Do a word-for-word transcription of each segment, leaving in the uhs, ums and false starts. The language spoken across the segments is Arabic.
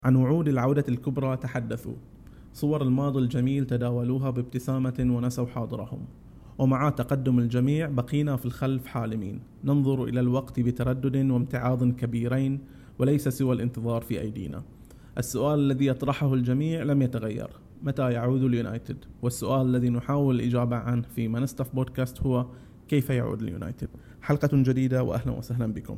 عن وعود العودة الكبرى تحدثوا، صور الماضي الجميل تداولوها بابتسامة ونسوا حاضرهم، ومع تقدم الجميع بقينا في الخلف حالمين ننظر إلى الوقت بتردد وامتعاض كبيرين، وليس سوى الانتظار في أيدينا. السؤال الذي يطرحه الجميع لم يتغير: متى يعود اليونايتد؟ والسؤال الذي نحاول الإجابة عنه في مانستف بودكاست هو: كيف يعود اليونايتد؟ حلقة جديدة وأهلا وسهلا بكم.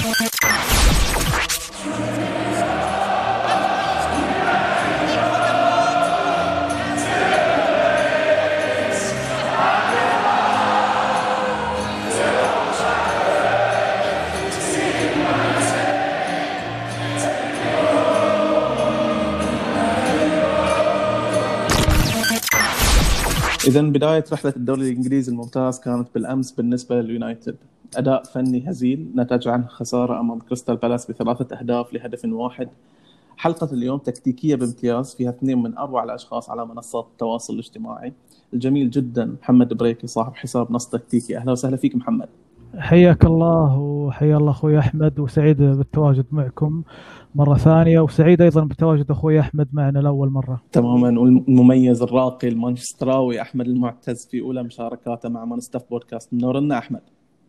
إذن بداية رحلة الدوري الإنجليزي الممتاز كانت بالأمس بالنسبة لليونايتد. أداء فني هزيل نتج عنه خسارة أمام كريستال بالاس بثلاثة أهداف لهدف واحد. حلقة اليوم تكتيكية بامتياز، فيها اثنين من أروع الأشخاص على منصات التواصل الاجتماعي. الجميل جدا محمد بريكي صاحب حساب نص تكتيكي. أهلا وسهلا فيك محمد. حياك الله وحيا الله أخوي أحمد، وسعيد بالتواجد معكم مرة ثانية، وسعيد أيضا بتواجد أخوي أحمد معنا لأول مرة. تماما. والمميز الراقي المانشستراوي أحمد المعتز في أولى مشاركاته مع مانستف بودكاست. منورنا أحمد.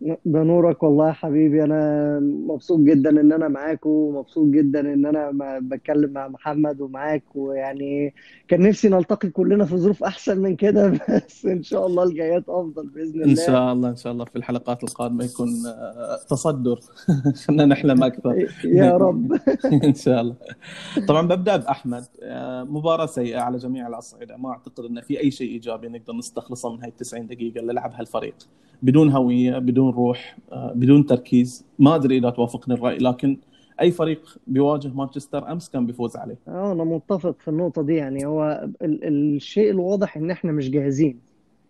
بنورك والله يا حبيبي. انا مبسوط جدا ان انا معاكم، ومبسوط جدا ان انا م- بتكلم مع محمد ومعاك، ويعني كان نفسي نلتقي كلنا في ظروف احسن من كده بس ان شاء الله الجايات افضل باذن إن الله. شاء الله إن شاء الله في الحلقات القادمة يكون آه، تصدر خلنا نحلم أكثر يا رب. إن شاء الله. طبعا ببدأ بأحمد. آه، مباراة سيئة على جميع الأصعدة، ما أعتقد أن في أي شيء إيجابي نقدر نستخلصه من هاي التسعين دقيقة اللي لعبها الفريق. بدون هوية، بدون روح، آه، بدون تركيز. ما أدري إذا توافقني الرأي، لكن أي فريق بيواجه مانشستر أمس كان بيفوز عليه. اه انا متفق في النقطة دي. يعني هو ال الشيء الواضح ان احنا مش جاهزين.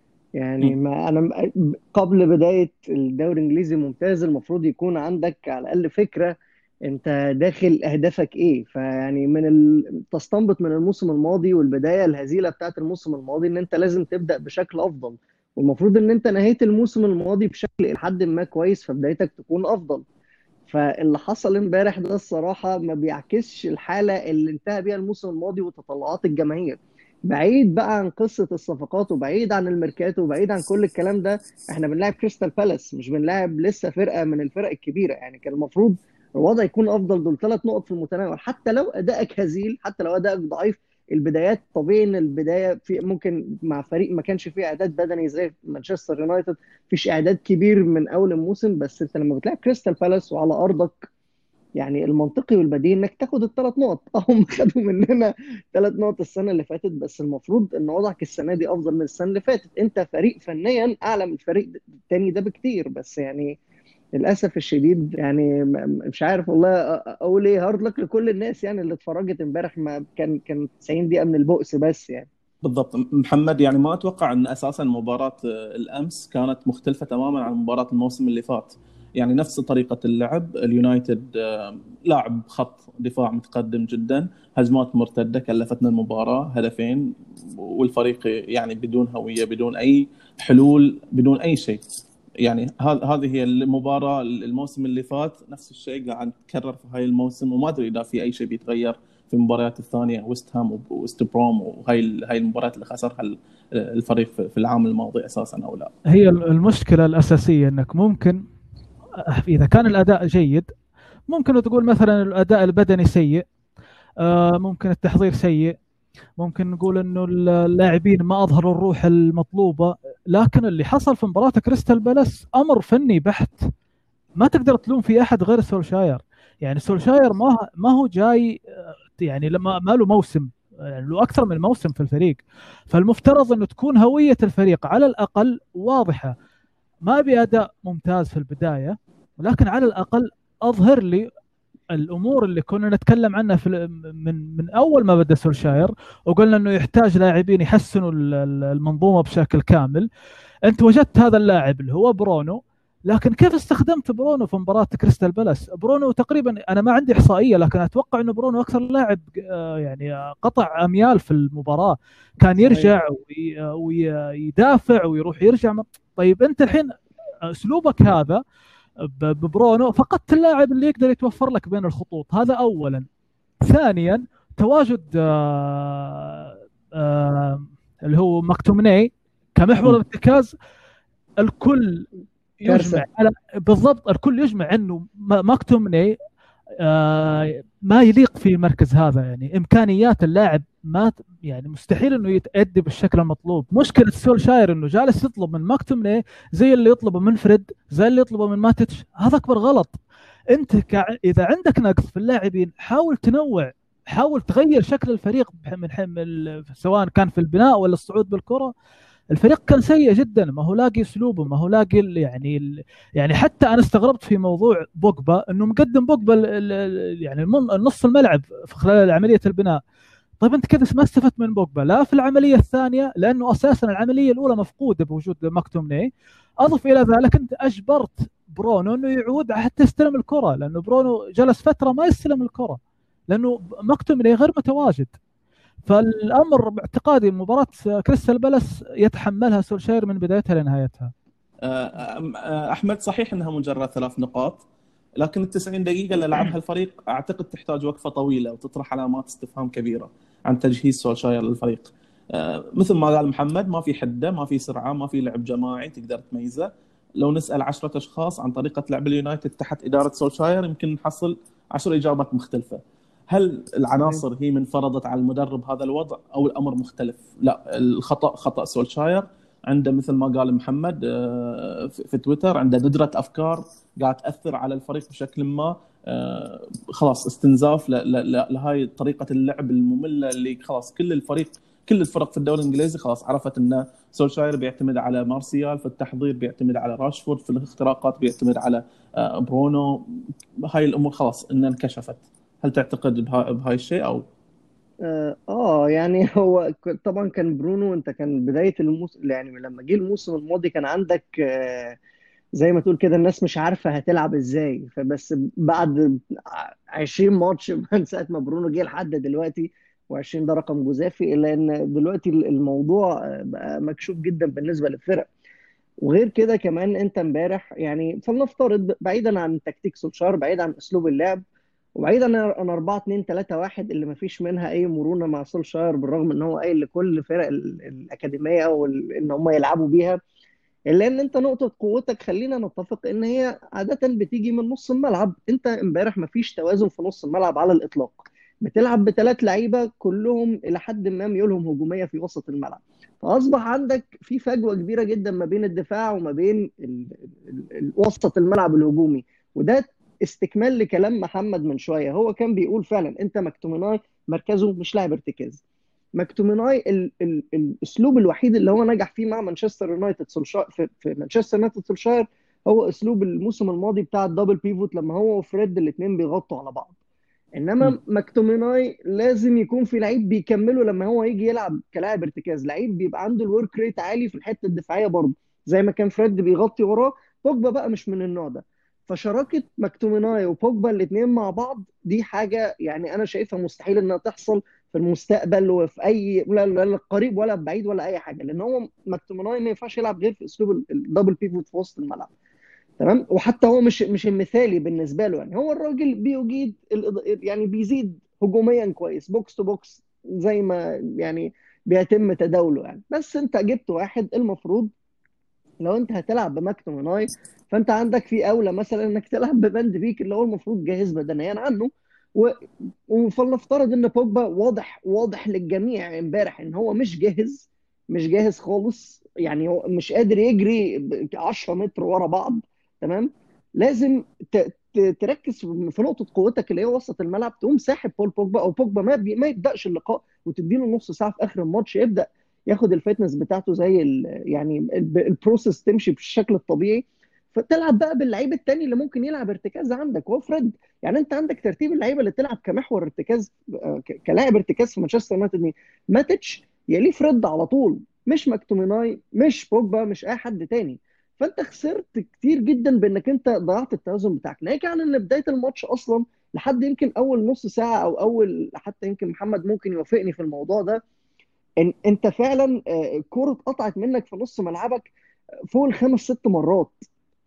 يعني م. ما انا م- قبل بداية الدوري الانجليزي الممتاز المفروض يكون عندك على الاقل فكرة انت داخل اهدافك ايه. فيعني من ال... تستنبط من الموسم الماضي والبداية الهزيلة بتاعت الموسم الماضي ان انت لازم تبدأ بشكل افضل، والمفروض ان انت نهيت الموسم الماضي بشكل الى حد ما كويس، فبدايتك تكون افضل. فاللي حصل امبارح ده الصراحة ما بيعكسش الحالة اللي انتهى بيها الموسم الماضي وتطلعات الجماهير. بعيد بقى عن قصة الصفقات، وبعيد عن الميركاتو، وبعيد عن كل الكلام ده، احنا بنلعب كريستال بالاس، مش بنلعب لسه فرقة من الفرق الكبيرة. يعني كان المفروض الوضع يكون افضل. دول ثلاث نقط في المتناول، حتى لو ادائك هزيل، حتى لو ادائك ضعيف. البدايات طبيعي ان البدايه في ممكن مع فريق ما كانش فيه اعداد بدني زي مانشستر يونايتد، فيش اعداد كبير من اول الموسم. بس انت لما بتلعب كريستال بالاس وعلى ارضك، يعني المنطقي والبديهي انك تاخد الثلاث نقط. هم خدوا مننا ثلاث نقط السنه اللي فاتت، بس المفروض ان وضعك السنه دي افضل من السنه اللي فاتت. انت فريق فنيا اعلى من الفريق الثاني ده بكتير، بس يعني للاسف الشديد يعني م- مش عارف والله أ- اقول ايه. هارد لك لكل الناس يعني اللي اتفرجت امبارح. ما كان كان تسعين دقيقه من البؤس بس يعني. بالضبط محمد. يعني ما أتوقع أن أساسا مباراة آه، الأمس كانت مختلفة تماما عن مباراة الموسم اللي فات. يعني نفس طريقة اللعب. اليونايتد آه، لاعب خط دفاع متقدم جدا، هجمات مرتدة كلفتنا المباراة هدفين، والفريق يعني بدون هوية، بدون أي حلول، بدون أي شيء. يعني هذ- هذه هي المباراة. الموسم اللي فات نفس الشيء قاعد يتكرر في هاي الموسم، وما أدري إذا في أي شيء بيتغير في المباريات الثانية، ويست هام وويست بروم وهاي ال- هاي المباريات اللي خسرها ال- الفريق في في العام الماضي أساسا أو لا. هي المشكلة الأساسية أنك ممكن إذا كان الأداء جيد ممكن تقول مثلا الأداء البدني سيء، آه، ممكن التحضير سيء، ممكن نقول انه اللاعبين ما اظهروا الروح المطلوبه. لكن اللي حصل في مباراه كريستال بالاس امر فني بحت، ما تقدر تلوم في احد غير سولشاير. يعني سولشاير ما ما هو جاي، يعني لما ما له موسم، يعني له اكثر من موسم في الفريق، فالمفترض انه تكون هويه الفريق على الاقل واضحه. ما بأداء ممتاز في البدايه، ولكن على الاقل اظهر لي الامور اللي كنا نتكلم عنها في من من اول ما بدا سولشاير، وقلنا انه يحتاج لاعبين يحسنوا المنظومه بشكل كامل. انت وجدت هذا اللاعب اللي هو برونو، لكن كيف استخدمت برونو في مباراه كريستال بالاس؟ برونو تقريبا انا ما عندي احصائيه، لكن اتوقع انه برونو اكثر لاعب يعني قطع اميال في المباراه، كان يرجع ويدافع ويروح يرجع. طيب انت الحين اسلوبك هذا ببرونو فقدت اللاعب اللي يقدر يتوفر لك بين الخطوط، هذا اولا. ثانيا تواجد آه آه اللي هو مكتومني كمحور ارتكاز. الكل يجمع كارثه. على بالضبط، الكل يجمع انه مكتومني آه ما يليق في المركز هذا. يعني امكانيات اللاعب ما يعني مستحيل انه يتأدي بالشكل المطلوب. مشكله سولشاير انه جالس يطلب من ماكتومني زي اللي يطلبه من فريد، زي اللي يطلبه من ماتيتش. هذا اكبر غلط. انت كع... اذا عندك نقص في اللاعبين حاول تنوع، حاول تغير شكل الفريق من حمل، سواء كان في البناء ولا الصعود بالكره. الفريق كان سيء جدا، ما هو لاقي اسلوبه، ما هو لاقي ال- يعني ال... يعني حتى انا استغربت في موضوع بوجبا انه مقدم بوجبا ال... ال... يعني المن... نص الملعب في خلال عمليه البناء. طيب انت كذا ما استفدت من بوجبا لا في العمليه الثانيه، لانه اساسا العمليه الاولى مفقوده بوجود ماكتومني. اضف الى ذلك انت اجبرت برونو انه يعود حتى يستلم الكره، لانه برونو جلس فتره ما يستلم الكره لانه ماكتومني غير متواجد. فالامر باعتقادي مباراه كريستال بالاس يتحملها سولشاير من بدايتها لنهايتها. أحمد، صحيح أنها مجرد ثلاث نقاط، لكن التسعين دقيقة اللي لعبها الفريق أعتقد تحتاج وقفة طويلة وتطرح علامات استفهام كبيرة عن تجهيز سولشاير للفريق. مثل ما قال محمد، ما في حدة، ما في سرعة، ما في لعب جماعي تقدر تميزه. لو نسأل عشرة أشخاص عن طريقة لعب اليونايتد تحت إدارة سولشاير يمكن نحصل عشر إجابات مختلفة. هل صحيح. العناصر هي من فرضت على المدرب هذا الوضع أو الأمر مختلف؟ لا، الخطأ خطأ سولشاير. عنده مثل ما قال محمد في تويتر، عنده ندرة أفكار قاعد تأثر على الفريق بشكل ما. خلاص استنزاف لهاي طريقة اللعب المملة اللي خلاص كل الفريق كل الفرق في الدوري الإنجليزي خلاص عرفت أن سولشاير بيعتمد على مارسيال في التحضير، بيعتمد على راشفورد في الاختراقات، بيعتمد على برونو. هاي الأمور خلاص إنها انكشفت. هل تعتقد بهاي الشيء أو؟ اه آه، يعني هو ك- طبعا كان برونو، انت كان بدايه الموسم، يعني لما جه الموسم الماضي كان عندك آه، زي ما تقول كده الناس مش عارفه هتلعب ازاي. فبس بعد عشرين ماتش من ساعه ما برونو جه لحد دلوقتي، و20 ده رقم جزافي، الا ان دلوقتي الموضوع آه، بقى مكشوف جدا بالنسبه للفرق. وغير كده كمان انت امبارح، يعني فلنفترض بعيدا عن تكتيك سولشار، بعيدا عن اسلوب اللعب، وبعيدا عن أربعة اتنين تلاتة واحد اللي ما فيش منها اي مرونه مع سولشار، بالرغم ان هو قايل لكل فرق ال- الاكاديميه او ال- ان هم يلعبوا بيها، الا ان انت نقطه قوتك خلينا نتفق ان هي عاده بتيجي من نص الملعب. انت امبارح ما فيش توازن في نص الملعب على الاطلاق. بتلعب بثلاث لعيبه كلهم الى حد ما ميولهم هجوميه في وسط الملعب، فاصبح عندك في فجوه كبيره جدا ما بين الدفاع وما بين ال... ال... ال... وسط الملعب الهجومي. وده استكمال لكلام محمد من شويه، هو كان بيقول فعلا انت مكتوميناي مركزه مش لاعب ارتكاز. ماكتوميناي ال ال الاسلوب الوحيد اللي هو نجح فيه مع مانشستر يونايتد سولشاير، في, في مانشستر يونايتد سولشاير، هو اسلوب الموسم الماضي بتاع الدبل بيفوت لما هو وفريد الاثنين بيغطوا على بعض. انما ماكتوميناي لازم يكون في لعيب بيكمله لما هو يجي يلعب كلاعب ارتكاز، لعيب بيبقى عنده الورك ريت عالي في الحته الدفاعيه برضه زي ما كان فريد بيغطي وراه. بوجبا بقى مش من النوع ده. فشراكه ماكتوميناي وبوجبا الاثنين مع بعض دي حاجه يعني انا شايفها مستحيل انها تحصل في المستقبل وفي اي لا لا لا قريب ولا بعيد ولا اي حاجه، لان هو ماكتوميناي ما ينفعش يلعب غير في اسلوب الدبل بيفوت في وسط الملعب. تمام. وحتى هو مش مش المثالي بالنسبه له، يعني هو الراجل بيجيد ال- يعني بيزيد هجوميا كويس بوكس تو بوكس زي ما يعني بيتم تداوله يعني. بس انت جبت واحد المفروض لو انت هتلعب بماكتوميناي فانت عندك في اولى مثلا انك تلعب بباند بيك اللي هو المفروض جاهز بدنيا عنه. و... وفلنفترض ان بوجبا واضح واضح للجميع امبارح ان هو مش جاهز، مش جاهز خالص. يعني هو مش قادر يجري عشرة متر ورا بعض. تمام. لازم ت... ت- تركز في نقطة قوتك اللي هي وسط الملعب، تقوم ساحب بول بوجبا، او بوجبا ما, بي... ما يبدأش اللقاء وتديله نص ساعة في آخر الماتش يبدأ ياخد الفتنس بتاعته زي ال يعني ال- البروسيس تمشي بالشكل الطبيعي. فتلعب بقى باللعيب التاني اللي ممكن يلعب ارتكاز عندك وهو فريد. يعني انت عندك ترتيب اللعيبه اللي تلعب كمحور ارتكاز آه، ك- كلاعب ارتكاز في مانشستر يونايتد مين؟ ماتيتش يليه فريد على طول، مش ماكتوميناي مش بوجبا مش اي حد تاني. فانت خسرت كتير جدا بانك انت ضيعت التوازن بتاعك، ناهيك عن ان بدايه الماتش اصلا لحد يمكن اول نص ساعه او اول، حتى يمكن محمد ممكن يوافقني في الموضوع ده، ان انت فعلا آه، الكوره اتقطعت منك في نص ملعبك فوق الخمس ست مرات.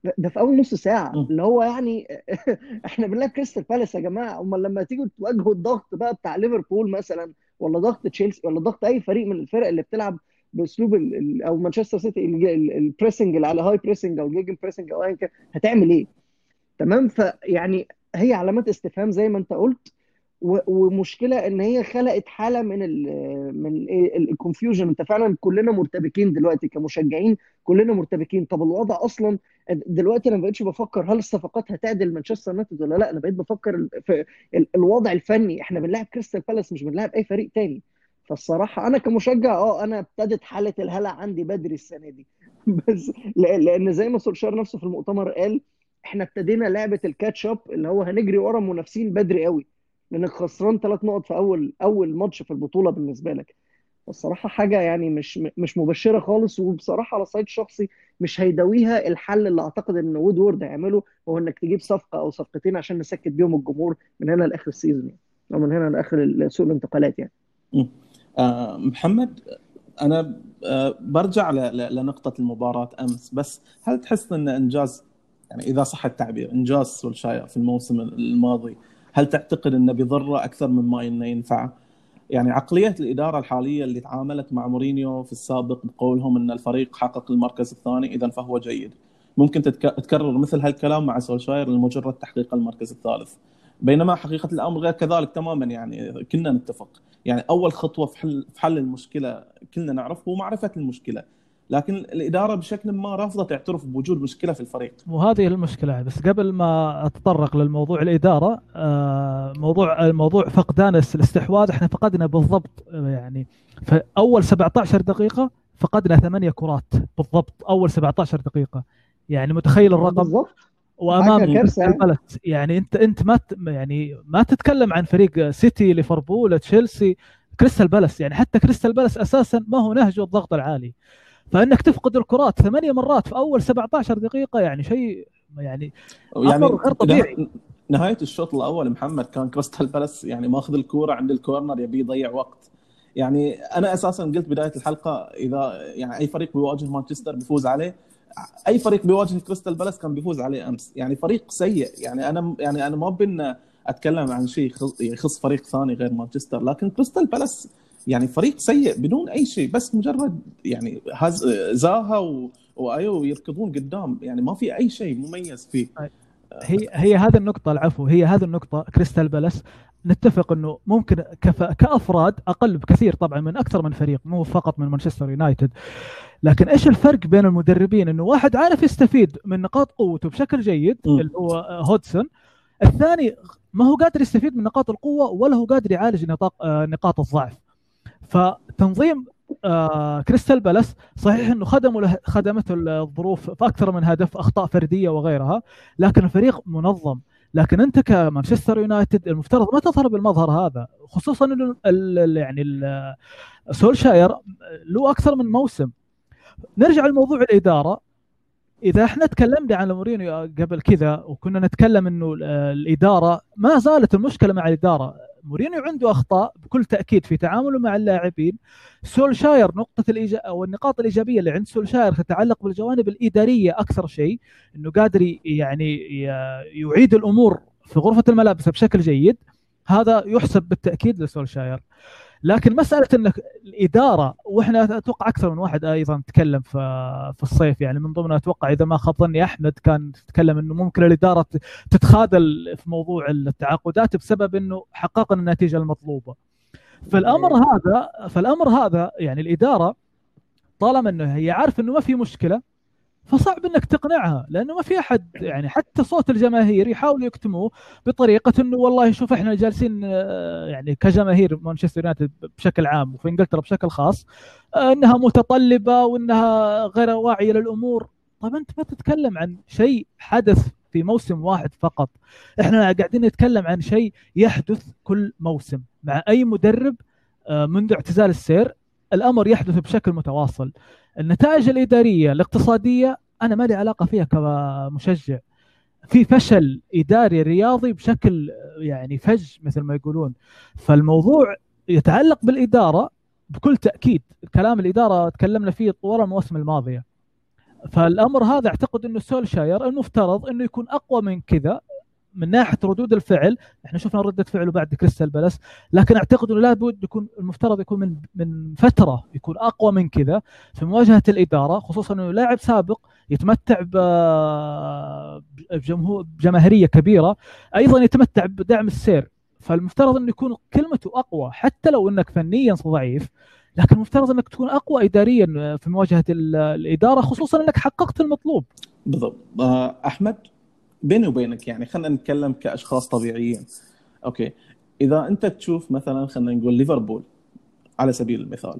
ده في اول نص ساعه، م. اللي هو يعني احنا بنلعب كريستال بالاس يا جماعه. امال لما تيجوا تواجهوا الضغط بقى بتاع ليفربول مثلا، ولا ضغط تشيلسي، ولا ضغط اي فريق من الفرق اللي بتلعب باسلوب ال... ال- او مانشستر سيتي ال- ال- البريسنج اللي على هاي بريسنج او جيجن بريسنج او ايا كان، هتعمل ايه؟ تمام. فيعني هي علامات استفهام زي ما انت قلت. و- ومشكله ان هي خلقت حاله من ال من الكونفيوجن. انت فعلا كلنا مرتبكين دلوقتي كمشجعين، كلنا مرتبكين. طب الوضع اصلا دلوقتي انا ما بقتش بفكر هل الصفقات هتعدل مانشستر يونايتد ولا لا، انا بقيت بفكر في ال- الوضع الفني. احنا بنلعب كريستال بالاس، مش بنلعب اي فريق تاني. فالصراحه انا كمشجع اه انا ابتدت حاله الهلع عندي بدري السنه دي. بس لان لأن زي ما سولشار نفسه في المؤتمر قال، احنا ابتدينا لعبه الكاتش اب، اللي هو هنجري ورا المنافسين بدري قوي، لانك خسران ثلاث نقط في اول اول ماتش في البطوله بالنسبه لك. الصراحه حاجه يعني مش مش مبشره خالص. وبصراحه على صعيد شخصي مش هيداويها الحل اللي اعتقد ان وودورد هيعمله، هو انك تجيب صفقه او صفقتين عشان نسكت بيهم الجمهور من هنا لاخر السيزون يعني، او من هنا لاخر سوق الانتقالات يعني. م. آه محمد، انا آه برجع ل- ل- لنقطة المباراة امس. بس هل تحس ان انجاز، يعني اذا صح التعبير، انجاز سولشاير في الموسم الماضي، هل تعتقد انه بيضره اكثر مما انه ينفعه؟ يعني عقلية الإدارة الحالية اللي تعاملت مع مورينيو في السابق بقولهم أن الفريق حقق المركز الثاني إذا فهو جيد، ممكن تتك... تكرر مثل هالكلام مع سولشاير لمجرد تحقيق المركز الثالث. بينما حقيقة الأمر غير كذلك تماما، يعني كلنا نتفق. يعني أول خطوة في حل, في حل المشكلة كلنا نعرف هو معرفة المشكلة، لكن الإدارة بشكل ما رافضة تعترف بوجود مشكلة في الفريق. وهذه المشكلة. بس قبل ما أتطرق للموضوع الإدارة، آه، موضوع الموضوع فقدان الاستحواذ، احنا فقدنا بالضبط آه، يعني في أول سبعة عشر دقيقة فقدنا ثمانية كرات بالضبط، أول سبعة عشر دقيقة. يعني متخيل اه الرقم؟ بالظبط. حاجه وأمامي كارثه كريستال يعني. بالاس. يعني أنت أنت ما ت- يعني ما تتكلم عن فريق سيتي، ليفربول، تشيلسي، كريستال بالاس. يعني حتى كريستال بالاس أساسا ما هو نهجه الضغط العالي، فانك تفقد الكرات ثمانية مرات في اول سبعة عشر دقيقه، يعني شيء يعني امر يعني غير طبيعي. نه- نهاية الشوط الأول محمد كان كريستال بالاس يعني ماخذ الكورة عند الكورنر يبي يضيع وقت. يعني أنا أساسا قلت بداية الحلقة إذا يعني أي فريق بيواجه مانشستر بيفوز عليه، أي فريق بيواجه كريستال بالاس كان بيفوز عليه أمس. يعني فريق سيء. يعني أنا يعني أنا ما بين أتكلم عن شيء يخص يخص فريق ثاني غير مانشستر، لكن كريستال بالاس يعني فريق سيء بدون أي شيء، بس مجرد يعني هز زاها و... وأيوه يركضون قدام، يعني ما في أي شيء مميز فيه. هي هي هذه النقطه، العفو، هي هذه النقطه. كريستال بالاس نتفق انه ممكن كف... كافراد اقل بكثير طبعا من اكثر من فريق، مو فقط من مانشستر يونايتد. لكن ايش الفرق بين المدربين؟ انه واحد عارف يستفيد من نقاط قوته بشكل جيد م. اللي هو هودسون، الثاني ما هو قادر يستفيد من نقاط القوه ولا هو قادر يعالج نقاط نقاط الضعف. فتنظيم آه كريستال بالاس صحيح انه خدموا له خدمته الظروف في اكثر من هدف، اخطاء فرديه وغيرها، لكن الفريق منظم. لكن انت كمانشستر يونايتد المفترض ما تظهر بالمظهر هذا، خصوصا انه يعني سولشاير له اكثر من موسم. نرجع لموضوع الاداره. اذا احنا تكلمنا عن مورينيو قبل كذا وكنا نتكلم انه الاداره، ما زالت المشكله مع الاداره. مورينيو عنده اخطاء بكل تاكيد في تعامله مع اللاعبين. سولشاير نقطه الايجابيه او النقاط الايجابيه اللي عند سولشاير تتعلق بالجوانب الاداريه اكثر شيء، انه قادر يعني يعيد الامور في غرفه الملابس بشكل جيد، هذا يحسب بالتاكيد لسولشاير. لكن مساله ان الاداره، واحنا اتوقع اكثر من واحد ايضا تكلم في في الصيف، يعني من ضمن اتوقع اذا ما خاب ظني احمد كان تتكلم انه ممكن الاداره تتخاذل في موضوع التعاقدات بسبب انه حققنا النتيجه المطلوبه. فالامر هذا فالامر هذا يعني الاداره طالما انه هي عارف انه ما في مشكله، فصعب انك تقنعها، لانه ما في احد، يعني حتى صوت الجماهير يحاولوا يكتموه بطريقه انه والله شوف احنا جالسين يعني كجماهير مانشستر يونايتد بشكل عام وفي انجلترا بشكل خاص انها متطلبه وانها غير واعيه للامور. طيب انت ما تتكلم عن شيء حدث في موسم واحد فقط، احنا قاعدين نتكلم عن شيء يحدث كل موسم مع اي مدرب منذ اعتزال السير. الامر يحدث بشكل متواصل. النتائج الإدارية الاقتصادية أنا ما لي علاقة فيها كمشجع، في فشل إداري رياضي بشكل يعني فج مثل ما يقولون. فالموضوع يتعلق بالإدارة بكل تأكيد. كلام الإدارة تكلمنا فيه طوال المواسم الماضية. فالامر هذا اعتقد انه سولشاير المفترض انه يكون اقوى من كذا من ناحيه ردود الفعل. احنا شفنا رده فعله بعد كريستال بالاس، لكن اعتقد انه لابد يكون المفترض يكون من من فتره يكون اقوى من كذا في مواجهه الاداره، خصوصا انه لاعب سابق يتمتع بجمهور بجماهيريه كبيره، ايضا يتمتع بدعم السير. فالمفترض انه يكون كلمته اقوى، حتى لو انك فنيا ضعيف، لكن المفترض انك تكون اقوى اداريا في مواجهه الاداره، خصوصا انك حققت المطلوب. بالضبط. احمد، بيني وبينك يعني خلينا نتكلم كاشخاص طبيعيين. اوكي، اذا انت تشوف مثلا خلينا نقول ليفربول على سبيل المثال،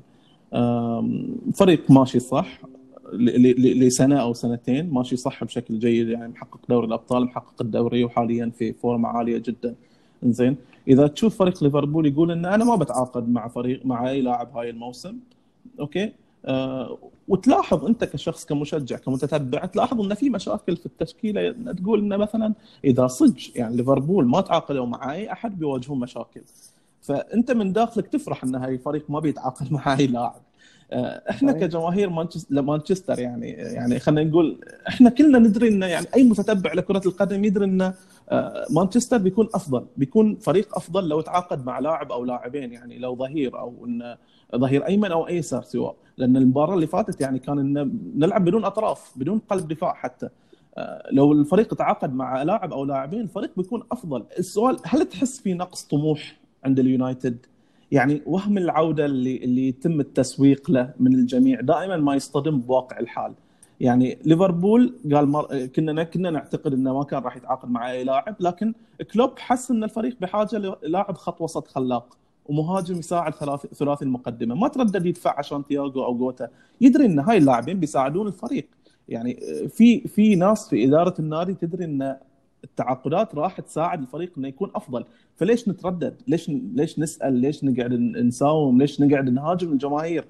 فريق ماشي صح لسنه او سنتين، ماشي صح بشكل جيد، يعني محقق دوري الابطال، محقق الدوري، وحاليا في فورمه عاليه جدا. زين، اذا تشوف فريق ليفربول يقول ان انا ما بتعاقد مع فريق مع اي لاعب هاي الموسم، اوكي، أه وتلاحظ انت كشخص كمشجع كمتتبع، تلاحظ ان في مشاكل في التشكيله، تقول ان مثلا اذا صدق يعني ليفربول ما تعاقدوا مع اي احد بيواجهون مشاكل، فانت من داخلك تفرح ان هاي الفريق ما بيتعاقد مع اي لاعب. احنا صحيح. كجماهير مانشستر يعني يعني خلينا نقول احنا كلنا ندري ان يعني اي متتبع لكرة القدم يدري ان مانشستر بيكون افضل، بيكون فريق افضل لو تعاقد مع لاعب او لاعبين، يعني لو ظهير او ان ظهير ايمن او ايسر سواء، لان المباراة اللي فاتت يعني كان إن نلعب بدون اطراف، بدون قلب دفاع حتى. لو الفريق تعاقد مع لاعب او لاعبين الفريق بيكون افضل. السؤال، هل تحس في نقص طموح عند اليونايتد؟ يعني وهم العودة اللي اللي يتم التسويق له من الجميع دائما ما يصطدم بواقع الحال. يعني ليفربول قال مر... كنا كنا نعتقد انه ما كان راح يتعاقد مع اي لاعب، لكن كلوب حس ان الفريق بحاجة للاعب خط وسط خلاق ومهاجم يساعد ثلاثي المقدمة، ما تردد يدفع عشان تياغو او جوتا، يدري ان هاي اللاعبين بيساعدون الفريق. يعني في في ناس في إدارة النادي تدري ان التعاقدات راح تساعد الفريق انه يكون افضل، فليش نتردد؟ ليش ليش نسال؟ ليش نقعد نساوم؟ ليش نقعد نهاجم الجماهير؟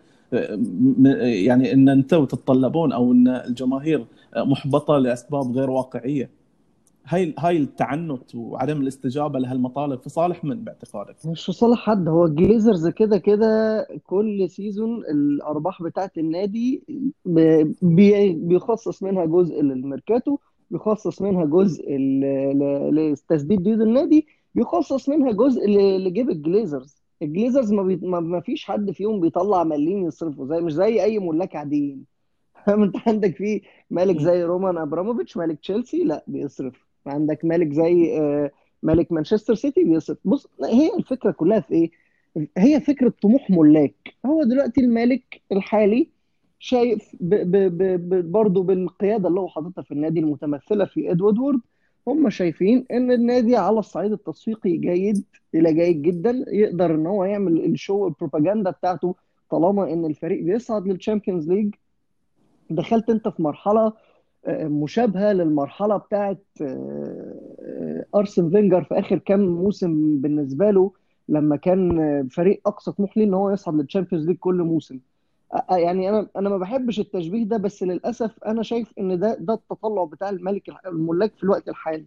يعني ان انتم تتطلبون او ان الجماهير محبطه لاسباب غير واقعيه. هاي هاي التعنت وعدم الاستجابه لهالمطالب في صالح من باعتقادك؟ مش في صالح حد. هو الجليزرز كده كده كل سيزون الارباح بتاعت النادي ب- بي- بيخصص منها جزء للميركاتو، بيخصص منها جزء ل- ل- لتسديد ديون النادي، بيخصص منها جزء ل- لجيب الجليزرز. الجليزرز ما, بي... ما ما فيش حد فيهم بيطلع مليم يصرفوا، زي مش زي اي ملاك عاديين. فاهم؟ انت عندك في مالك زي رومان ابراموفيتش مالك تشيلسي، لا بيصرف. عندك مالك زي آه، مالك مانشستر سيتي بيصرف. بص، هي الفكره كلها في ايه؟ هي فكره طموح ملاك. هو دلوقتي المالك الحالي شايف ب ب ب ب برضه بالقياده اللي هو حاططها في النادي المتمثله في ادوارد وورد، هم شايفين ان النادي على الصعيد التسويقي جيد الى جيد جدا، يقدر ان هو يعمل الشو البروباجندا بتاعته طالما ان الفريق بيصعد للتشامبيونز ليج. دخلت انت في مرحله آه، مشابهه للمرحله بتاعت آه، آه، ارسن فينجر في اخر كام موسم بالنسبه له، لما كان آه، فريق اقصى طموح ليه ان هو يصعد للتشامبيونز ليج كل موسم. آه، آه، يعني انا انا ما بحبش التشبيه ده، بس للاسف انا شايف ان ده ده التطلع بتاع الملك الح- الملاك في الوقت الحالي.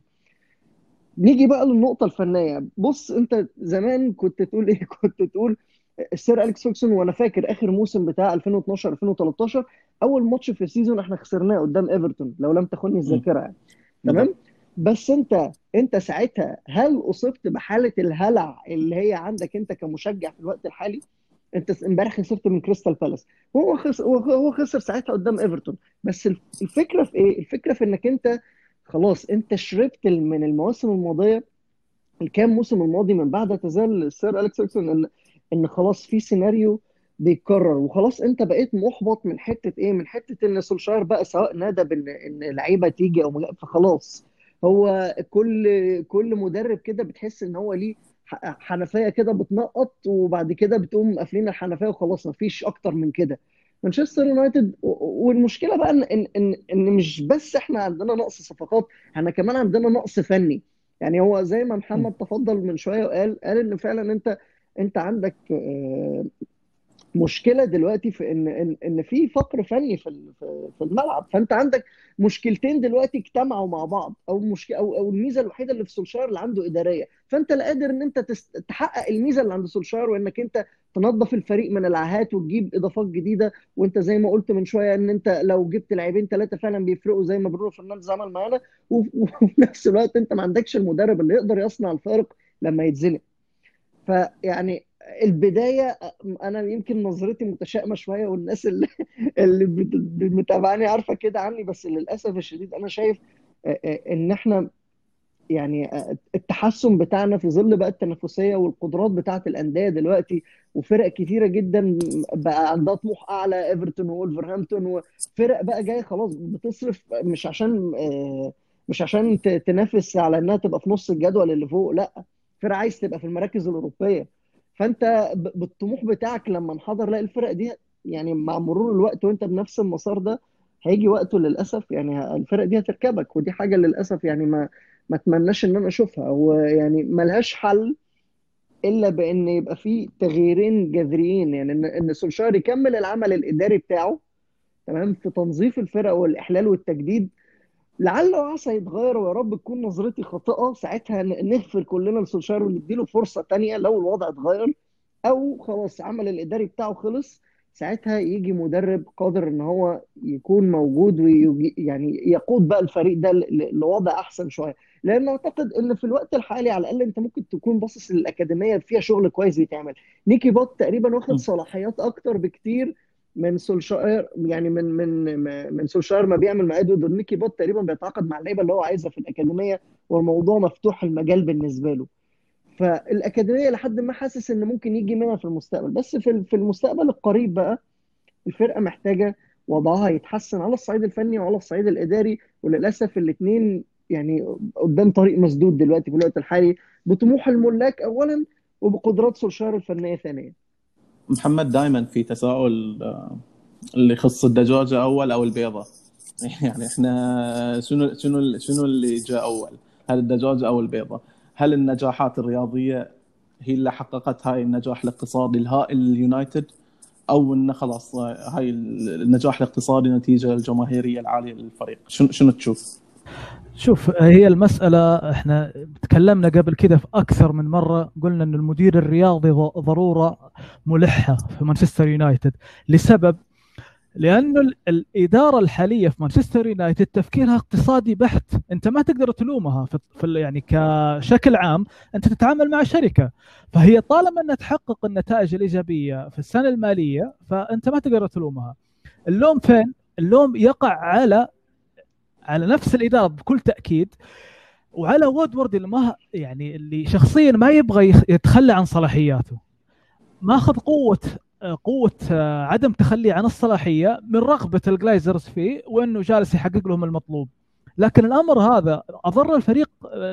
نيجي بقى للنقطة الفنية. بص، انت زمان كنت تقول ايه؟ كنت تقول السير اليكس فيرجسون. وانا فاكر اخر موسم بتاع ألفين واثناشر ألفين وثلاثة عشر، اول ماتش في السيزون احنا خسرناه قدام ايفرتون لو لم تخني الذاكرة يعني. بالضبط. تمام. بس انت انت ساعتها هل اصبت بحالة الهلع اللي هي عندك انت كمشجع في الوقت الحالي؟ انت امبارح خسرت من كريستال بالاس، هو خسر هو خسر ساعتها قدام ايفرتون. بس الفكرة في ايه؟ الفكرة في انك انت خلاص انت شربت من المواسم الماضيه، الكام موسم الماضي من بعد اعتزال السير اليكس فيرجسون، ان ان خلاص في سيناريو بيتكرر، وخلاص انت بقيت محبط من حته ايه؟ من حته ان سولشاير بقى سواء نادى بان ان لعيبه تيجي او مج- فخلاص. هو كل كل مدرب كده بتحس ان هو ليه ح- حنفيه كده بتنقط، وبعد كده بتقوم قافلين الحنفيه وخلاص مفيش اكتر من كده. مانشستر يونايتد و- والمشكله بقى ان ان ان إن مش بس احنا عندنا نقص صفقات، احنا كمان عندنا نقص فني. يعني هو زي ما محمد تفضل من شويه وقال قال ان فعلا انت انت عندك آه، مشكله دلوقتي في ان ان ان في فقر فني في ال- في في الملعب. فانت عندك مشكلتين دلوقتي اجتمعوا مع بعض، او مشكله او او الميزه الوحيده اللي في سولشاير اللي عنده اداريه. فانت لا قادر ان انت تست- تحقق الميزه اللي عند سولشاير، وانك انت تنظف الفريق من العاهات وتجيب اضافات جديده. وانت زي ما قلت من شويه ان انت لو جبت لاعبين ثلاثه فعلا بيفرقوا زي ما برونو فرنانديز عمل معانا، وف- وفي نفس الوقت انت ما عندكش المدرب اللي يقدر يصنع الفارق لما يتزنق. فيعني البدايه، انا يمكن نظرتي متشائمه شويه، والناس اللي اللي بت- متابعاني عارفه كده عني، بس للاسف الشديد انا شايف آه، آه، ان احنا يعني آه، التحسن بتاعنا في ظل بقى التنافسيه والقدرات بتاعت الانديه دلوقتي، وفرق كتيره جدا بقى عندها طموح اعلى، ايفرتون وولفرهامبتون وفرق بقى جايه خلاص بتصرف، مش عشان آه، مش عشان ت- تنافس على انها تبقى في نص الجدول اللي فوق، لا، فرق عايز تبقى في المراكز الاوروبيه. فانت ب- بالطموح بتاعك لما انحدر، لا، الفرق دي يعني مع مرور الوقت وانت بنفس المسار ده هيجي وقته للاسف، يعني الفرق دي هتركبك. ودي حاجه للاسف يعني ما ما اتمناش ان انا اشوفها. ويعني ملهاش حل الا بان يبقى في تغييرين جذريين، يعني ان ان سولشاير يكمل العمل الاداري بتاعه تمام في تنظيف الفرق والاحلال والتجديد. لعل وعسى يتغير، ويا رب تكون نظرتي خاطئه، ساعتها ن- نغفر كلنا لسولشاير ونديله فرصه تانيه لو الوضع اتغير، او خلاص عمل الاداري بتاعه خلص. ساعتها يجي مدرب قادر ان هو يكون موجود ويجي يعني يقود بقى الفريق ده ل- ل- لوضع احسن شويه. لان اعتقد ان في الوقت الحالي على الاقل انت ممكن تكون باصص للاكاديميه فيها شغل كويس بيتعمل. نيكي بوت تقريبا واخد صلاحيات اكتر بكتير من سولشاير، يعني من من من سولشاير ما بيعمل مع ادوارد. نيكي بوت تقريبا بيتعاقد مع اللعيبه اللي هو عايزها في الاكاديميه، والموضوع مفتوح المجال بالنسبه له. فالاكاديميه لحد ما حاسس ان ممكن يجي منها في المستقبل، بس في في المستقبل القريب بقى الفرقه محتاجه وضعها يتحسن على الصعيد الفني وعلى الصعيد الاداري. وللاسف الاثنين يعني قدام طريق مسدود دلوقتي في الوقت الحالي، بطموح الملاك اولا وبقدرات سولشاير الفنيه ثانيا. محمد، دائما في تساؤل آه، اللي يخص الدجاجة أول أو البيضة. يعني إحنا شنو شنو شنو اللي جاء أول؟ هل الدجاجة أو البيضة؟ هل النجاحات الرياضية هي اللي حققت هاي النجاح الاقتصادي الهائل لليونايتد، أو إنه خلاص آه، هاي النجاح الاقتصادي نتيجة الجماهيرية العالية للفريق؟ شنو شنو تشوف؟ شوف، هي المسألة احنا تكلمنا قبل كده في أكثر من مرة، قلنا أن المدير الرياضي ض- ضرورة ملحة في مانشستر يونايتد. لسبب، لأنه ال- الإدارة الحالية في مانشستر يونايتد تفكيرها اقتصادي بحت. أنت ما تقدر تلومها في في ال- يعني كشكل عام. أنت تتعامل مع شركة، فهي طالما أنها تحقق النتائج الإيجابية في السنة المالية فأنت ما تقدر تلومها. اللوم فين؟ اللوم يقع على على نفس الإدارة بكل تأكيد، وعلى وودورد اللي ما يعني اللي شخصيا ما يبغى يخ- يتخلى عن صلاحياته. ماخذ قوة قوة عدم تخلي عن الصلاحية من رغبة الجلايزرز فيه، وانه جالس يحقق لهم المطلوب. لكن الامر هذا اضر الفريق،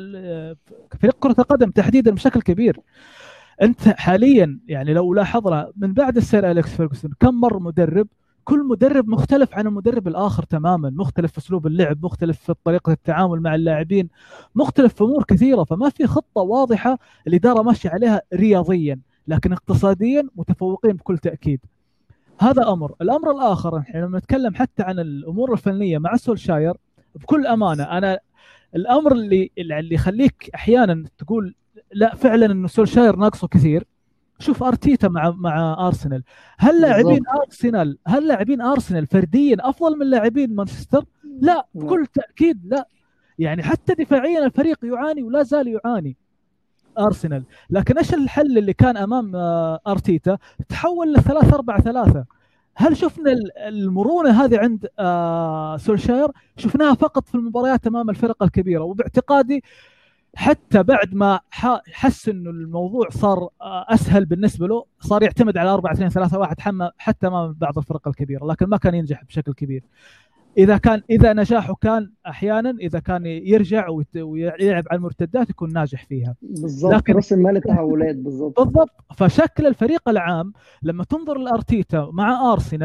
فريق كرة القدم تحديدا بشكل كبير. انت حاليا يعني لو لاحظنا من بعد السير اليكس فيرغسون كم مر مدرب، كل مدرب مختلف عن المدرب الاخر تماما، مختلف في اسلوب اللعب، مختلف في طريقه التعامل مع اللاعبين، مختلف في امور كثيره. فما في خطه واضحه الاداره ماشيه عليها رياضيا، لكن اقتصاديا متفوقين بكل تاكيد. هذا امر. الامر الاخر، احنا لما نتكلم حتى عن الامور الفنيه مع سولشاير، بكل امانه انا الامر اللي اللي يخليك احيانا تقول لا فعلا انه سولشاير ناقصه كثير. شوف ارتيتا مع مع ارسنال، هل لاعبين بالظبط. ارسنال هل لاعبين ارسنال فرديا افضل من لاعبين مانشستر؟ لا، لا. بكل تاكيد لا. يعني حتى دفاعيا الفريق يعاني ولا زال يعاني ارسنال. لكن ايش الحل اللي كان امام آه، ارتيتا؟ تحول لثلاثة أربعة ثلاثة. هل شفنا ال- المرونه هذه عند آه، سولشاير؟ شفناها فقط في المباريات امام الفرق الكبيره. وباعتقادي حتى بعد ما ح- حس انه الموضوع صار آه، اسهل بالنسبه له، صار يعتمد على أربعة اثنين ثلاثة واحد حما- حتى امام بعض الفرق الكبيره، لكن ما كان ينجح بشكل كبير. اذا كان اذا نجاحه كان احيانا اذا كان يرجع ويت- ويلعب على المرتدات يكون ناجح فيها. بالظبط، لكن راس المال التحولات بالظبط. بالضبط، فشكل الفريق العام لما تنظر لارتيتا مع ارسنال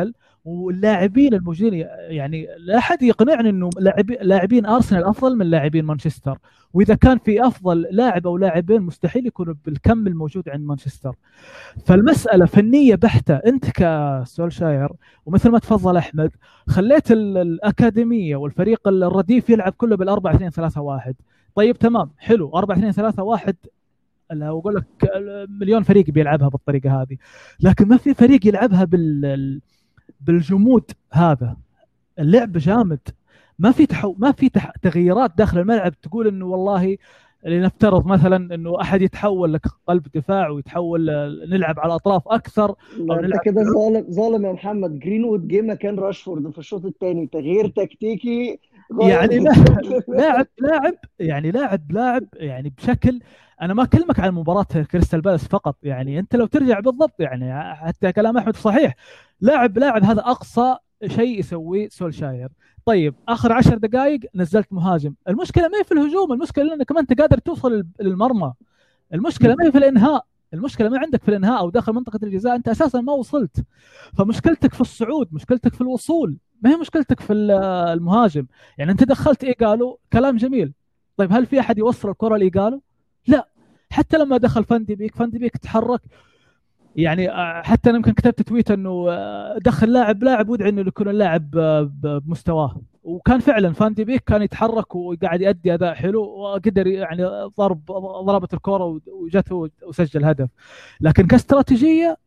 واللاعبين الموجودين يعني لا احد يقنعني انه لاعبي لاعبين ارسنال افضل من لاعبين مانشستر، واذا كان في افضل لاعب او لاعبين مستحيل يكونوا بالكم الموجود عند مانشستر. فالمساله فنيه بحته. انت كسولشاير ومثل ما تفضل احمد خليت الاكاديميه والفريق الرديف يلعب كله بالأربعة اثنين ثلاثة واحد. طيب تمام حلو، أربعة اثنين ثلاثة واحد لو اقول لك مليون فريق بيلعبها بالطريقه هذه، لكن ما في فريق يلعبها بال بالجمود هذا. اللعب جامد، ما في تحو... ما في تح... تغييرات داخل الملعب تقول انه والله لنفترض مثلا انه احد يتحول لك قلب دفاع ويتحول نلعب على الاطراف اكثر او انت نلعب كده ظالم ظالم يا محمد. جرينوود جه مكان راشفورد في الشوط الثاني، تغيير تكتيكي غير يعني لا... شكل لاعب لاعب يعني لاعب لاعب يعني بشكل. انا ما اكلمك عن مباراه كريستال بالاس فقط، يعني انت لو ترجع بالضبط يعني حتى كلام احمد صحيح، لاعب لاعب هذا اقصى شيء يسويه سولشاير. طيب اخر عشر دقائق نزلت مهاجم، المشكله ما هي في الهجوم، المشكله انك ما انت قادر توصل للمرمى، المشكله ما هي في الانهاء، المشكله ما عندك في الانهاء او داخل منطقه الجزاء، انت اساسا ما وصلت. فمشكلتك في الصعود، مشكلتك في الوصول، ما هي مشكلتك في المهاجم. يعني انت دخلت ايجالو كلام جميل، طيب هل في احد يوصل الكره لايجالو؟ لا. حتى لما دخل فاندي بيك فاندي بيك تحرك، يعني حتى انا يمكن كتبت تويت انه دخل لاعب لاعب وادعي انه يكون اللاعب بمستواه، وكان فعلا فاندي بيك كان يتحرك وقاعد يؤدي اداء حلو وقدر يعني ضرب ضربت الكره وجته وسجل هدف. لكن كاستراتيجيه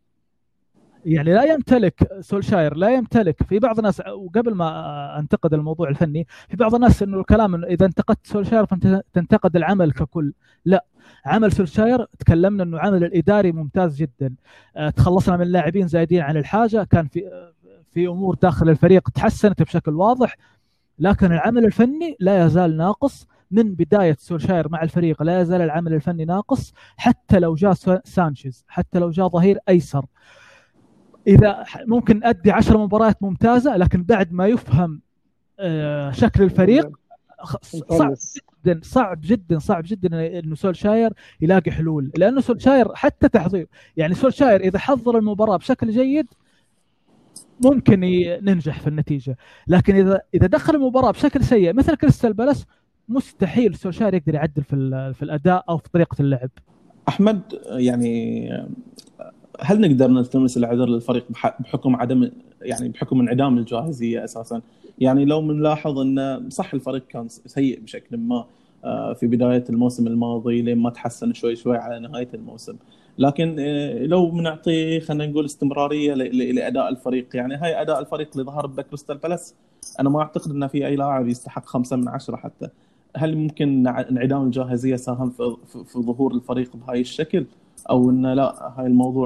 يعني لا يمتلك سولشاير، لا يمتلك. في بعض الناس، وقبل ما انتقد الموضوع الفني، في بعض الناس انه الكلام انه اذا انتقدت سولشاير فانت تنتقد العمل ككل. لا، عمل سولشاير تكلمنا انه عمل الاداري ممتاز جدا، تخلصنا من لاعبين زايدين عن الحاجه، كان في في امور داخل الفريق تحسنت بشكل واضح، لكن العمل الفني لا يزال ناقص. من بدايه سولشاير مع الفريق لا يزال العمل الفني ناقص، حتى لو جاء سانشيز، حتى لو جاء ظهير ايسر، إذا ممكن أدي عشر مباريات ممتازة، لكن بعد ما يفهم شكل الفريق صعب جدا صعب جدا صعب جدا إنه سولشاير يلاقي حلول. لأنه سولشاير حتى تحضير، يعني سولشاير إذا حضر المباراة بشكل جيد ممكن ننجح في النتيجة، لكن إذا إذا دخل المباراة بشكل سيء مثل كريستال بالاس مستحيل سولشاير يقدر يعدل في في الأداء أو في طريقة اللعب. أحمد، يعني هل نقدر نلتمس العذر للفريق بحكم عدم يعني بحكم انعدام الجاهزيه اساسا؟ يعني لو بنلاحظ ان صح الفريق كان سيء بشكل ما في بدايه الموسم الماضي لما تحسن شوي شوي على نهايه الموسم، لكن لو بنعطي خلينا نقول استمراريه لاداء الفريق، يعني هاي اداء الفريق اللي ظهر بكريستال بالاس انا ما اعتقد ان في اي لاعب يستحق خمسة من عشرة حتى. هل ممكن انعدام الجاهزيه ساهم في في ظهور الفريق بهاي الشكل، او ان لا هاي الموضوع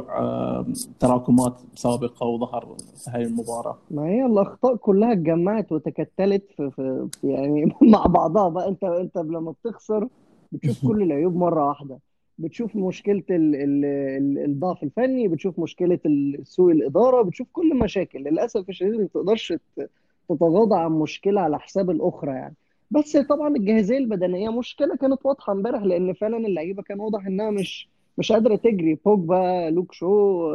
تراكمات سابقه وظهر في هاي المباراه؟ ما هي الاخطاء كلها اتجمعت وتكتلت في, في يعني مع بعضها بقى. انت انت لما بتخسر بتشوف كل العيوب مره واحده، بتشوف مشكله ال ال ال الضعف الفني، بتشوف مشكله سوء الاداره، بتشوف كل المشاكل. للاسف الشديد ما تقدرش تتغاضى عن مشكله على حساب الاخرى يعني. بس طبعا الجاهزيه البدنيه مشكله كانت واضحه امبارح، لان فعلا اللعيبه كان واضح انها مش مش قادره تجري. بوجبا، لوك شو،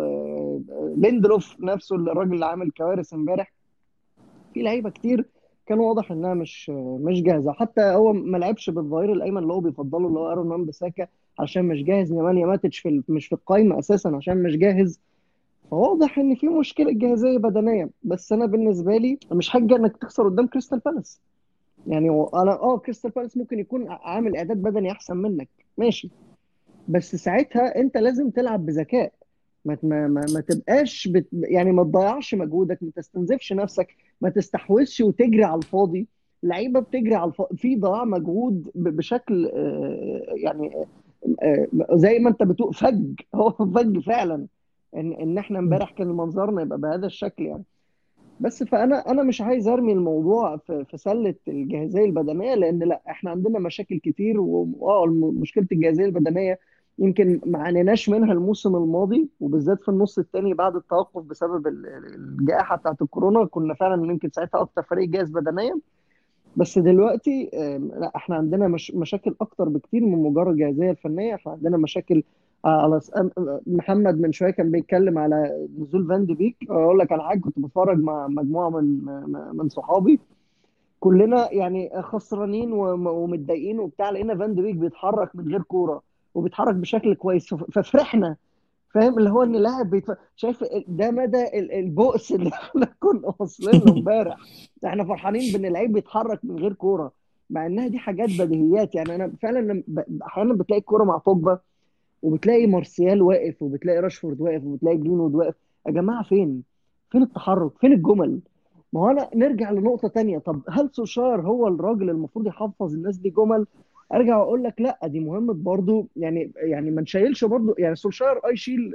ليندلوف نفسه الراجل اللي عامل كوارث امبارح، في لعيبه كتير كان واضح انها مش مش جاهزه. حتى هو ما لعبش بالظهير الايمن اللي هو بيفضله اللي هو ايرون مان بساكا عشان مش جاهز. نيمانيا ماتش في مش في القايمه اساسا عشان مش جاهز. فواضح ان في مشكله جاهزيه بدنيه. بس انا بالنسبه لي مش حاجه انك تخسر قدام كريستال بالاس. يعني انا اه كريستال بالاس ممكن يكون عامل اعداد بدني احسن منك، ماشي، بس ساعتها انت لازم تلعب بذكاء. ما ما ما, ما تبقاش بت يعني ما تضيعش مجهودك، ما تستنزفش نفسك، ما تستحوذش وتجري على الفاضي. لعيبه بتجري على الفاضي في ضياع مجهود بشكل آه يعني آه زي ما انت بتقول فج هو فج فعلا. ان ان احنا امبارح كان منظرنا يبقى بهذا الشكل يعني. بس فانا انا مش عايز ارمي الموضوع في في سله الجاهزيه البدنيه، لان لا، احنا عندنا مشاكل كتير. واه مشكله الجاهزيه البدنيه يمكن ما عانيناش منها الموسم الماضي، وبالذات في النص الثاني بعد التوقف بسبب الجائحه بتاعت الكورونا كنا فعلا يمكن ساعتها اكتر فريق جاهز بدنيا. بس دلوقتي لا، احنا عندنا مش مشاكل اكتر بكتير من مجرد الجاهزيه الفنيه. احنا عندنا مشاكل آه خلاص. أم- أم- محمد من شويه كان بيتكلم على نزول فان دي بيك. اقول لك على حاجه، كنت بتفرج مع مجموعه من من من صحابي، كلنا يعني خسرانين وم- ومتضايقين وبتاع، لقينا فان دي بيك بيتحرك من غير كوره وبيتحرك بشكل كويس، ف- ففرحنا. فاهم اللي هو ان لاعب بيتف... شايف ده مدى ال- البؤس اللي احنا كنا واصلين له امبارح. احنا فرحانين بان اللعيب بيتحرك من غير كوره، مع انها دي حاجات بديهيات. يعني انا فعلا لما ب- احيانا بتلاقي الكوره مع بوجبا، وبتلاقي مارسيال واقف، وبتلاقي راشفورد واقف، وبتلاقي جرينوود واقف. يا جماعه فين؟ فين التحرك؟ فين الجمل؟ ما هو انا نرجع لنقطه تانية. طب هل سوشار هو الراجل المفروض يحفظ الناس دي جمل؟ ارجع واقول لك لا، دي مهمه برضو. يعني يعني ما نشيلش برضو، يعني سوشار اي يشيل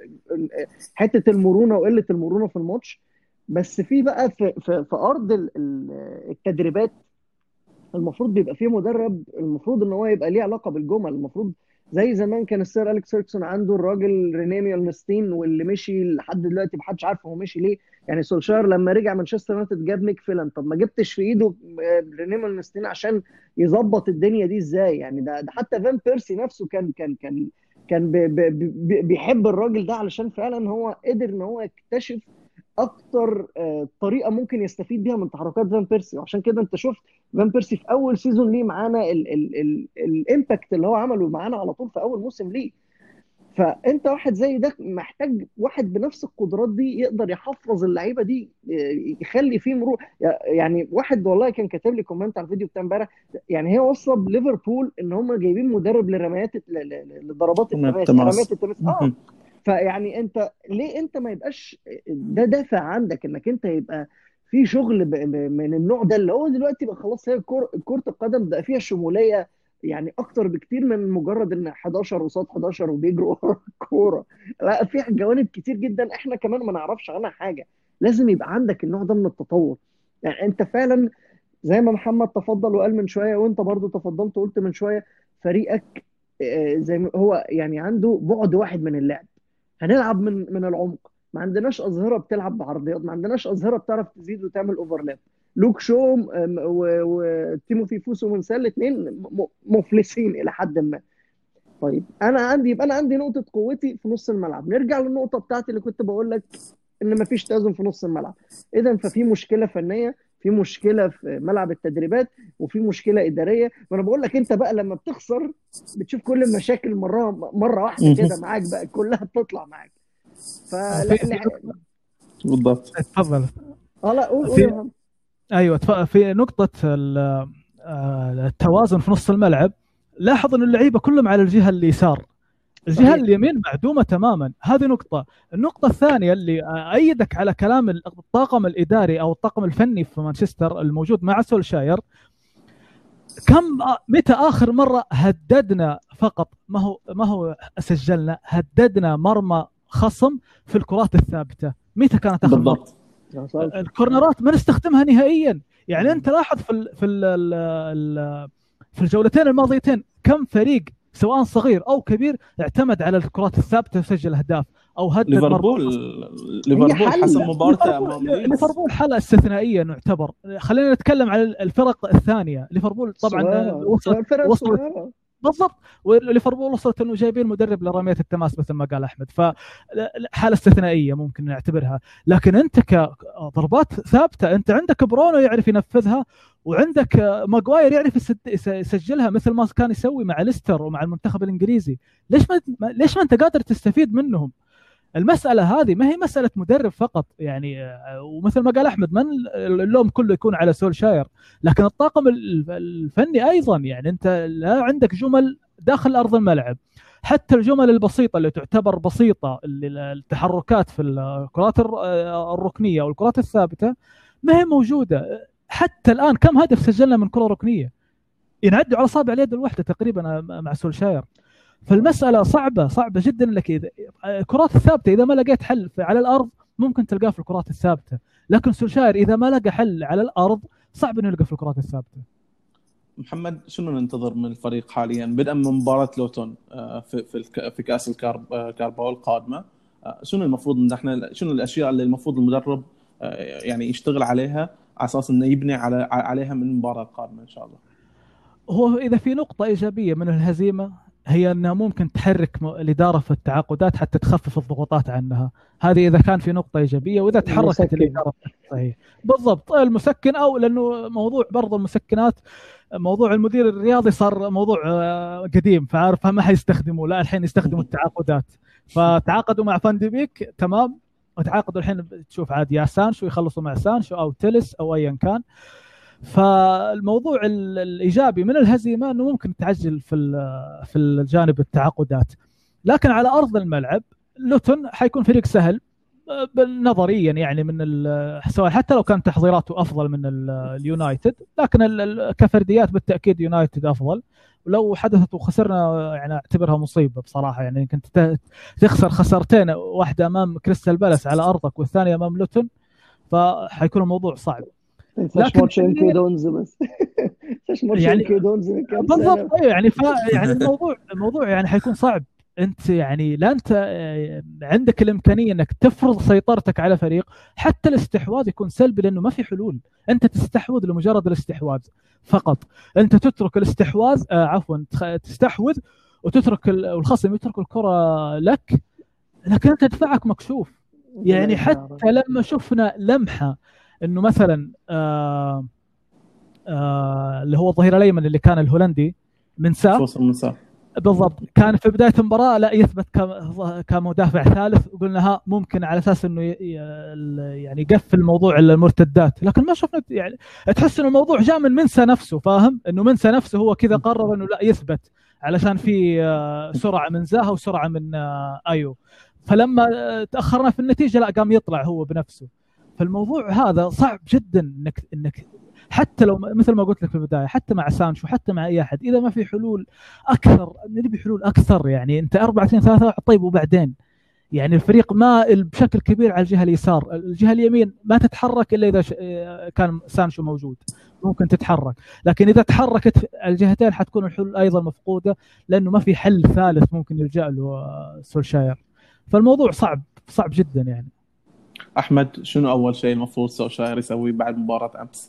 حته المرونه وقله المرونه في الماتش، بس في بقى في في, في ارض ال- ال- التدريبات المفروض بيبقى فيه مدرب، المفروض ان هو يبقى ليه علاقه بالجمل. المفروض زي زمان كان السير اليكس فيركسون عنده الراجل رينيه ميلنستين، واللي مشي لحد دلوقتي محدش عارف هو مشي ليه. يعني سولشار لما رجع مانشستر يونايتد جاب ميك فيلان، طب ما جبتش في ايده آه، رينيه ميلنستين عشان يظبط الدنيا دي ازاي؟ يعني ده, ده حتى فان بيرسي نفسه كان كان كان كان بي بي بي بيحب الراجل ده، علشان فعلا هو قدر ان هو يكتشف اكتر آه، طريقه ممكن يستفيد بيها من تحركات فان بيرسي. وعشان كده انت شفت فان بيرسي في اول سيزون ليه معانا ال ال ال الامباكت اللي هو عمله معانا على طول في اول موسم ليه. فانت واحد زي ده محتاج واحد بنفس القدرات دي يقدر يحفظ اللعيبه دي، يخلي فيه مرور. يعني واحد والله كان كاتب لي كومنت على الفيديو بتاع امبارح، يعني هي وصل ليفربول ان هم جايبين مدرب لرميات ل- ل- لضربات من التماس، رميات التماس. التماس اه. فيعني انت ليه انت ما يبقاش ده دافع عندك انك انت يبقى في شغل ب- ب- من النوع ده، اللي هو دلوقتي بقى خلاص هي كرة كرة القدم بقى فيها شمولية، يعني اكتر بكتير من مجرد ان حداشر قصاد حداشر وبيجروا ورا الكورة. لا، في جوانب كتير جدا احنا كمان ما نعرفش عنها حاجة. لازم يبقى عندك النوع ده من التطور. يعني انت فعلا زي ما محمد تفضل وقال من شوية، وانت برضو تفضلت وقلت من شوية، فريقك آه، زي ما هو يعني عنده بعد واحد من اللعب. هنلعب من من العمق، ما عندناش أظهرة بتلعب بعرضيات، ما عندناش أظهرة بتعرف تزيد وتعمل اوفرلاب. لوك شو م- و- وتيموثي فوسو ومنسال الاثنين مفلسين إلى حد ما. طيب انا عندي، يبقى انا عندي نقطة قوتي في نص الملعب. نرجع للنقطة بتاعتي اللي كنت بقول لك ان مفيش توازن في نص الملعب. اذا ففي مشكله فنيه، في مشكله في ملعب التدريبات، وفي مشكله اداريه. وانا بقول لك انت بقى لما بتخسر بتشوف كل المشاكل مره مره واحده كده معاك بقى كلها بتطلع معاك. في فلا في لا. نقطة. بالضبط. تفضل. اه لا، قول قول يا في محمد. ايوه تف- في نقطة ال- آه، التوازن في نص الملعب. لاحظ ان اللعيبة كلهم على الجهة اليسار، الجهة صحيح. اليمين معدومة تماما. هذه نقطة. النقطة الثانية اللي أيدك على كلام الطاقم الإداري أو الطاقم الفني في مانشستر الموجود مع سولشاير، كم متى آخر مرة هددنا فقط، ما هو ما هو سجلنا، هددنا مرمى خصم في الكرات الثابتة؟ متى كانت آخر مرة؟ بالضبط. ما حصلش. الكورنرات ما نستخدمها نهائيا. يعني مم. انت لاحظ في ال في ال ال في الجولتين الماضيتين كم فريق سواء صغير او كبير اعتمد على الكرات الثابته وسجل اهداف او هدد مرمى ليفربول خصم. هي ليفربول حسم حل. مباراته ليفربول امام ليدز. ليفربول حاله استثنائيه نعتبر. خلينا نتكلم عن الفرق الثانيه. ليفربول طبعا صغيره وصلت الفرق وصلت الصغيره. بالضبط. وليفربول وصلت انه جايبين مدرب لرميه التماس مثل ما قال احمد، فحاله استثنائيه ممكن نعتبرها. لكن انت كضربات ثابته انت عندك برونو يعرف ينفذها، وعندك ماغواير يعرف يسجلها مثل ما كان يسوي مع ليستر ومع المنتخب الانجليزي. ليش ما ليش ما انت قادر تستفيد منهم؟ المسألة هذه ما هي مسألة مدرب فقط يعني. ومثل ما قال أحمد، من اللوم كله يكون على سولشاير، لكن الطاقم الفني أيضا. يعني أنت لا عندك جمل داخل أرض الملعب، حتى الجمل البسيطة اللي تعتبر بسيطة، التحركات في الكرات الركنية والكرات الثابتة ما هي موجودة. حتى الآن كم هدف سجلنا من كرة ركنية؟ ينعدوا على صابع اليد الواحدة تقريبا مع سولشاير. فالمسألة صعبة صعبة جدا. لك إذا الكرات الثابتة إذا ما لقيت حل على الأرض ممكن تلقاه في الكرات الثابتة، لكن سولشاير إذا ما لقى حل على الأرض صعب إنه يلقى في الكرات الثابتة. محمد، شنو ننتظر من الفريق حاليا بدءا من مباراة لوتون في في في كأس الكارباو القادمة؟ شنو المفروض ان احنا شنو الاشياء اللي المفروض المدرب يعني يشتغل عليها على اساس انه يبني على عليها من المباراة القادمة ان شاء الله؟ هو إذا في نقطة إيجابية من الهزيمة هي أنها ممكن تحرك الإدارة في التعاقدات حتى تخفف الضغوطات عنها. هذه إذا كان في نقطة إيجابية، وإذا تحركت المسكن. الإدارة صحيح بالضبط المسكن، أو لأنه موضوع برضو المسكنات، موضوع المدير الرياضي صار موضوع قديم، فعارف ما حيستخدموا، لا الحين يستخدموا التعاقدات. فتعاقدوا مع فان دي بيك تمام، وتعاقدوا الحين تشوف عاد يا سانشو يخلصوا مع سانشو أو تيلس أو أيا كان. فالموضوع الإيجابي من الهزيمة أنه ممكن تعجل في في الجانب التعاقدات، لكن على أرض الملعب لوتون حيكون فريق سهل نظريا، يعني من سواء حتى لو كان تحضيراته أفضل من اليونايتد، لكن كفرديات بالتأكيد يونايتد أفضل. ولو حدثت وخسرنا يعني اعتبرها مصيبة بصراحة، يعني كنت تخسر خسرتين، واحدة أمام كريستال بالاس على أرضك والثانية أمام لوتون، فحيكون الموضوع صعب. لكن ماتش انكي دونز بس ماتش يعني انكي دونز بالضبط يعني ف يعني الموضوع الموضوع يعني حيكون صعب. انت يعني لا انت عندك الامكانيه انك تفرض سيطرتك على فريق، حتى الاستحواذ يكون سلبي لانه ما في حلول. انت تستحوذ لمجرد الاستحواذ فقط، انت تترك الاستحواذ آه عفوا تستحوذ وتترك والخصم يترك الكره لك، لكن انت دفاعك مكشوف. يعني حتى لما شفنا لمحه انه مثلا آه آه اللي هو الظهير الايمن اللي كان الهولندي منساه بالضبط، كان في بدايه المباراه لا يثبت كمدافع ثالث، وقلنا ها ممكن على اساس انه يعني يقفل موضوع المرتدات، لكن ما شفنا. يعني تحس انه الموضوع جاء من منسى نفسه، فاهم انه منسى نفسه هو كذا قرر انه لا يثبت علشان في سرعه من زاها وسرعه من ايو، فلما تاخرنا في النتيجه لا قام يطلع هو بنفسه. فالموضوع هذا صعب جدا انك انك حتى لو مثل ما قلت لك في البدايه، حتى مع سانشو حتى مع اي احد، اذا ما في حلول اكثر نبي حلول اكثر. يعني انت أربعة اثنين ثلاثة طيب، وبعدين يعني الفريق ما بشكل كبير على الجهه اليسار، الجهه اليمين ما تتحرك الا اذا كان سانشو موجود ممكن تتحرك، لكن اذا تحركت الجهتين حتكون الحلول ايضا مفقوده، لانه ما في حل ثالث ممكن يلجا له سولشاير. فالموضوع صعب صعب جدا. يعني احمد، شنو اول شيء المفروض سولشاير يسويه بعد مباراه امس؟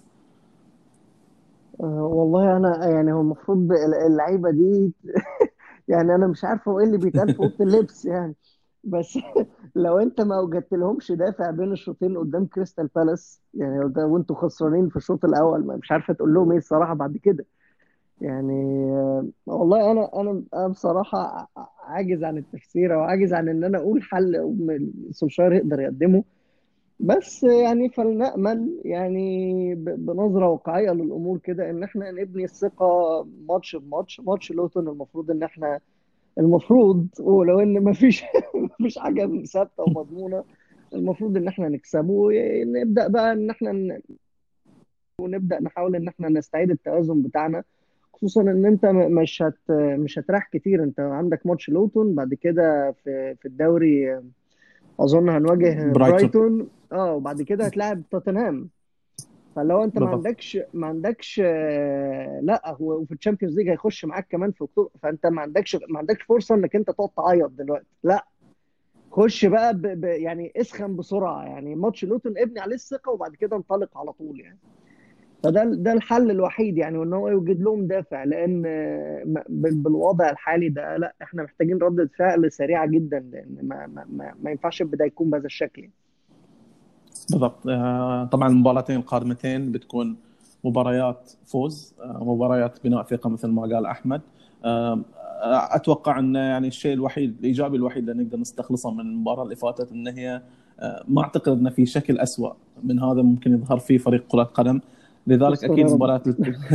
أه والله انا يعني هو المفروض اللعيبه دي يعني انا مش عارف هو ايه اللي بيتقال في اوضه اللبس يعني، بس لو انت ما وجدت لهمش دافع بين الشوطين قدام كريستال بالاس يعني، وانتوا خسرانين في الشوط الاول، ما مش عارفه تقول لهم ايه الصراحه بعد كده يعني. والله انا انا انا بصراحه عاجز عن التفسير، او عاجز عن ان انا اقول حل سولشاير يقدر يقدمه. بس يعني فلنأمل يعني بنظرة واقعية للأمور كده إن إحنا نبني الثقة ماتش بماتش. ماتش لوتون المفروض إن إحنا المفروض، ولو إن مفيش مفيش حاجة ثابتة ومضمونة، المفروض إن إحنا نكسبه ونبدأ بقى إن إحنا ن... ونبدأ نحاول إن إحنا نستعيد التوازن بتاعنا، خصوصا إن أنت مش هت مش هتريح كتير. أنت عندك ماتش لوتون، بعد كده في في الدوري اظن هنواجه برايتون، اه وبعد كده هتلاعب توتنهام. فلو انت ما عندكش ما عندكش لا هو وفي الشامبيونز ليج هيخش معاك كمان في اكتوبر، فانت ما عندكش ما عندكش فرصه انك انت تقعد تعيط دلوقتي، لا خش بقى ب... ب... يعني اسخن بسرعه. يعني ماتش لوتون ابني عليه الثقه وبعد كده انطلق على طول يعني. فده ده الحل الوحيد يعني، وان هو يوجد لهم دافع، لان بالوضع الحالي ده لا احنا محتاجين ردة فعل سريعه جدا، لان ما ما ما, ما ينفعش البدايه يكون بهذا الشكل. بالضبط. طبعا المباراتين القادمتين بتكون مباريات فوز، مباريات بناء ثقه مثل ما قال احمد. اتوقع ان يعني الشيء الوحيد الايجابي الوحيد اللي نقدر نستخلصه من المباراه اللي فاتت ان هي ما اعتقد ان في شكل أسوأ من هذا ممكن يظهر فيه فريق كرة قدم. لذلك اكيد المباريات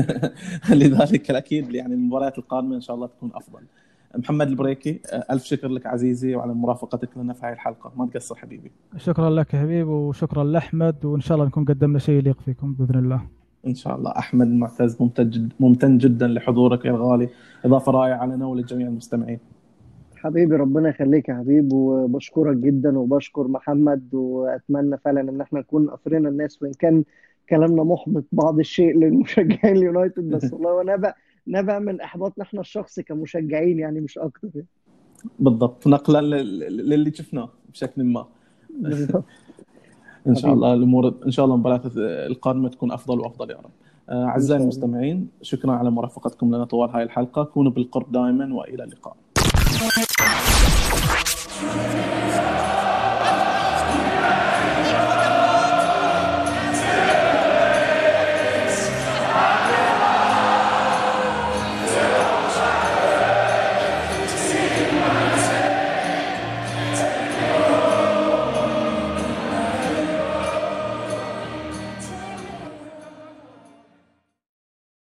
لذلك الاكيد يعني المباريات القادمه ان شاء الله تكون افضل. محمد البريكي، الف شكر لك عزيزي وعلى مرافقتك لنا في هذه الحلقه، ما تقصر حبيبي. شكرا لك يا حبيبي، وشكرا لاحمد، وان شاء الله نكون قدمنا شيء يليق فيكم باذن الله. ان شاء الله. احمد المعتز، ممتن ممتن جدا لحضورك يا الغالي، اضافه رائعه لنا ولجميع المستمعين. حبيبي ربنا يخليك يا حبيب، وبشكرك جدا وبشكر محمد، واتمنى فعلا ان احنا نكون اثرنا الناس، وان كان كلامنا محبط بعض الشيء للمشجعين اليونايتد، بس والله ونبع نبع من احباطنا احنا الشخصي كمشجعين يعني، مش اكتر يعني. بالضبط، نقلا للي شفناه بشكل ما. ان شاء الله الامور ان شاء الله المباريات القادمه تكون افضل وافضل يا رب. آه، ان أعزائي شاء الله. المستمعين، شكرا على مرافقتكم لنا طوال هاي الحلقة. كونوا بالقرب دائما وإلى اللقاء.